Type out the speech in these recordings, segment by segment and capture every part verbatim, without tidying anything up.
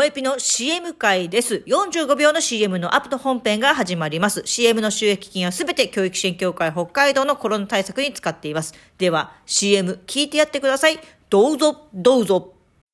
エピの シーエム 回です。よんじゅうごびょうの シーエム のアップと本編が始まります。シーエム の収益金はすべて教育支援協会北海道のコロナ対策に使っています。では シーエム 聞いてやってください。どうぞどうぞ。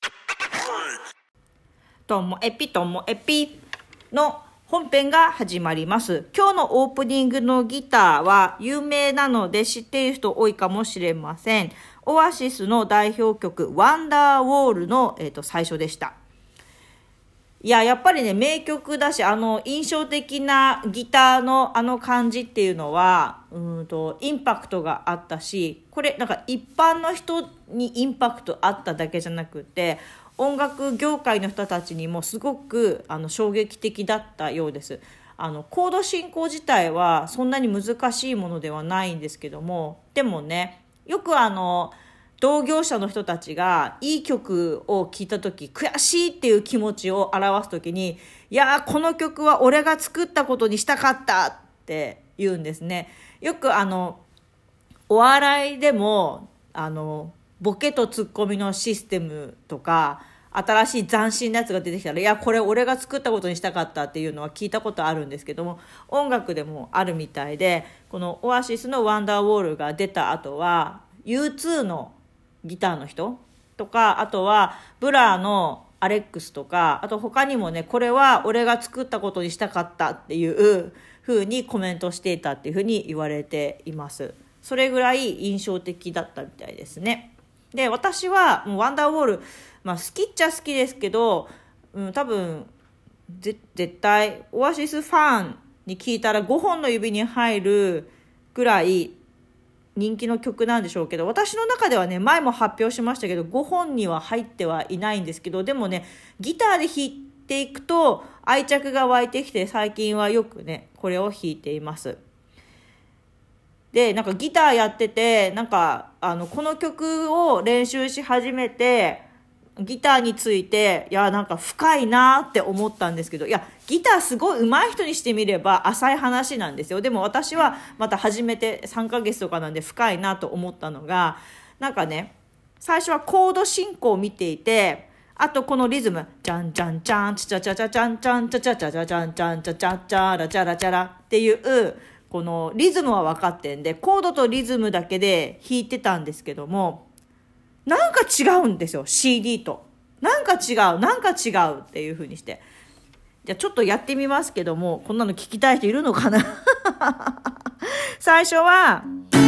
ともエピともエピの本編が始まります。今日のオープニングのギターは有名なので知っている人多いかもしれません。オアシスの代表曲ワンダーウォールの、えーと、最初でした。いや、やっぱりね、名曲だし、あの、印象的なギターのあの感じっていうのは、うんと、インパクトがあったし、これ、なんか一般の人にインパクトあっただけじゃなくて、音楽業界の人たちにもすごくあの衝撃的だったようです。あの、コード進行自体はそんなに難しいものではないんですけども、でもね、よくあの、同業者の人たちがいい曲を聴いた時悔しいっていう気持ちを表す時に、いやーこの曲は俺が作ったことにしたかったって言うんですね。よくあのお笑いでもあのボケとツッコミのシステムとか新しい斬新なやつが出てきたら、いやこれ俺が作ったことにしたかったっていうのは聞いたことあるんですけども、音楽でもあるみたいで、このオアシスのワンダーウォールが出た後は ユーツー のギターの人とか、あとはブラーのアレックスとか、あと他にもね、これは俺が作ったことにしたかったっていう風にコメントしていたっていう風に言われています。それぐらい印象的だったみたいですね。で、私はもうワンダーウォール、まあ好きっちゃ好きですけど、うん、多分ぜ絶対オアシスファンに聞いたらごほんの指に入るぐらい人気の曲なんでしょうけど、私の中ではね、前も発表しましたけどごほんには入ってはいないんですけど、でもね、ギターで弾いていくと愛着が湧いてきて、最近はよくねこれを弾いています。で、なんかギターやってて、なんかあのこの曲を練習し始めてギターについて、いやなんか深いなって思ったんですけど、いやギターすごい上手い人にしてみれば浅い話なんですよ。でも私はまた始めてさんかげつとかなんで深いなと思ったのが、なんかね、最初はコード進行を見ていて、あとこのリズム、チャンチャンチャンチャチャチャチャンチャンチャチャチャチャチャンチャンチャチャチャラチャラチャラっていうこのリズムは分かってんで、コードとリズムだけで弾いてたんですけども、なんか違うんですよ シーディー と。なんか違うなんか違うっていう風にして、じゃあちょっとやってみますけども、こんなの聞きたい人いるのかな最初は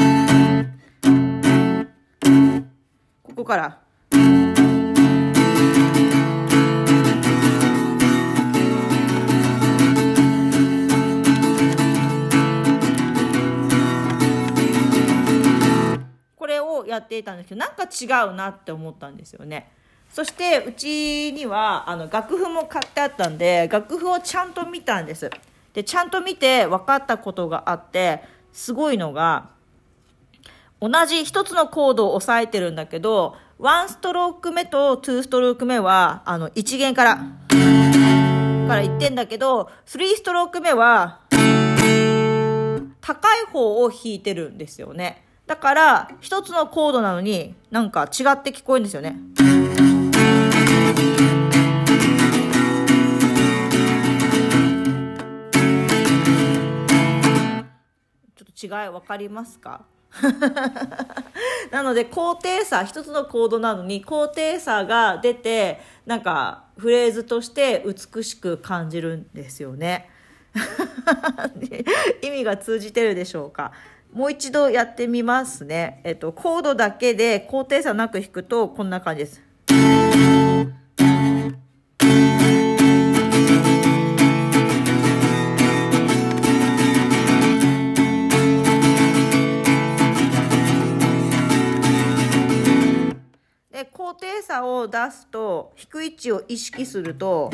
ここからこれをやっていたんですけど、なんか違うなって思ったんですよね。そしてうちにはあの楽譜も買ってあったんで、楽譜をちゃんと見たんです。でちゃんと見て分かったことがあって、すごいのが、同じ一つのコードを押さえてるんだけど、ワンストローク目とツーストローク目はあのいち弦からからいってんだけど、スリーストローク目は高い方を弾いてるんですよね。だから一つのコードなのになんか違って聞こえるんですよね。ちょっと違い分かりますかなので高低差、一つのコードなのに高低差が出て、なんかフレーズとして美しく感じるんですよね意味が通じてるでしょうか。もう一度やってみますね。えっと、コードだけで高低差なく弾くとこんな感じです。で、高低差を出すと、弾く位置を意識すると、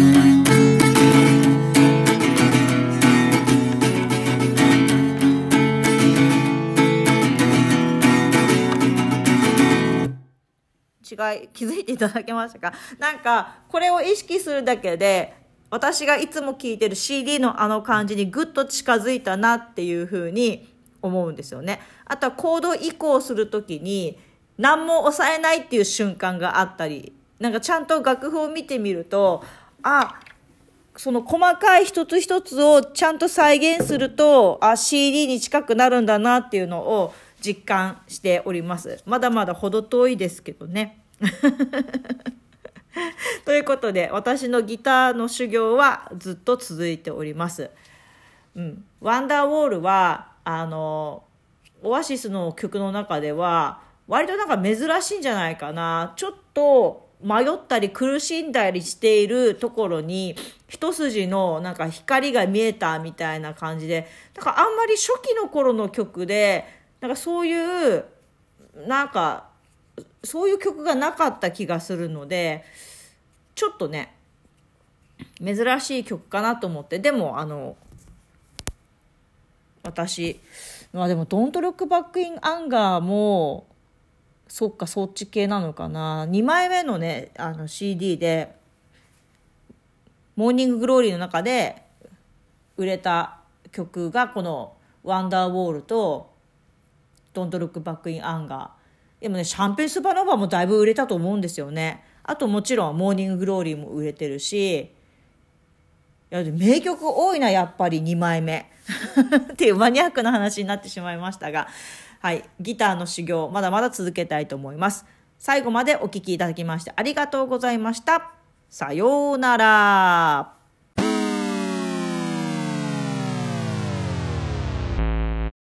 違い気づいていただけましたか？なんかこれを意識するだけで、私がいつも聴いてる シーディー のあの感じにぐっと近づいたなっていう風に思うんですよね。あとはコード移行するときに何も押さえないっていう瞬間があったりなんかちゃんと楽譜を見てみると、あ、その細かい一つ一つをちゃんと再現すると、あ、シーディー に近くなるんだなっていうのを実感しております。まだまだ程遠いですけどね。ということで、私のギターの修行はずっと続いております。うん。ワンダーウォールは、あの、オアシスの曲の中では、割となんか珍しいんじゃないかな。ちょっと迷ったり苦しんだりしているところに、一筋のなんか光が見えたみたいな感じで、なんかあんまり初期の頃の曲で、なんかそういう、なんか、そういう曲がなかった気がするので、ちょっとね、珍しい曲かなと思って、でもあの、私、まあでも、Don't Look Back in Anger も、そっか、そっち系なのかな。にまいめのね、あの シーディー で、モーニンググローリーの中で売れた曲が、このワンダーウォールと、Don't Look Back in Anger。でもね、シャンペンスパノバもだいぶ売れたと思うんですよね。あともちろん、モーニンググローリーも売れてるし、いや名曲多いな、やっぱりにまいめ。っていうマニアックな話になってしまいましたが、はい、ギターの修行まだまだ続けたいと思います。最後までお聞きいただきましてありがとうございました。さようなら。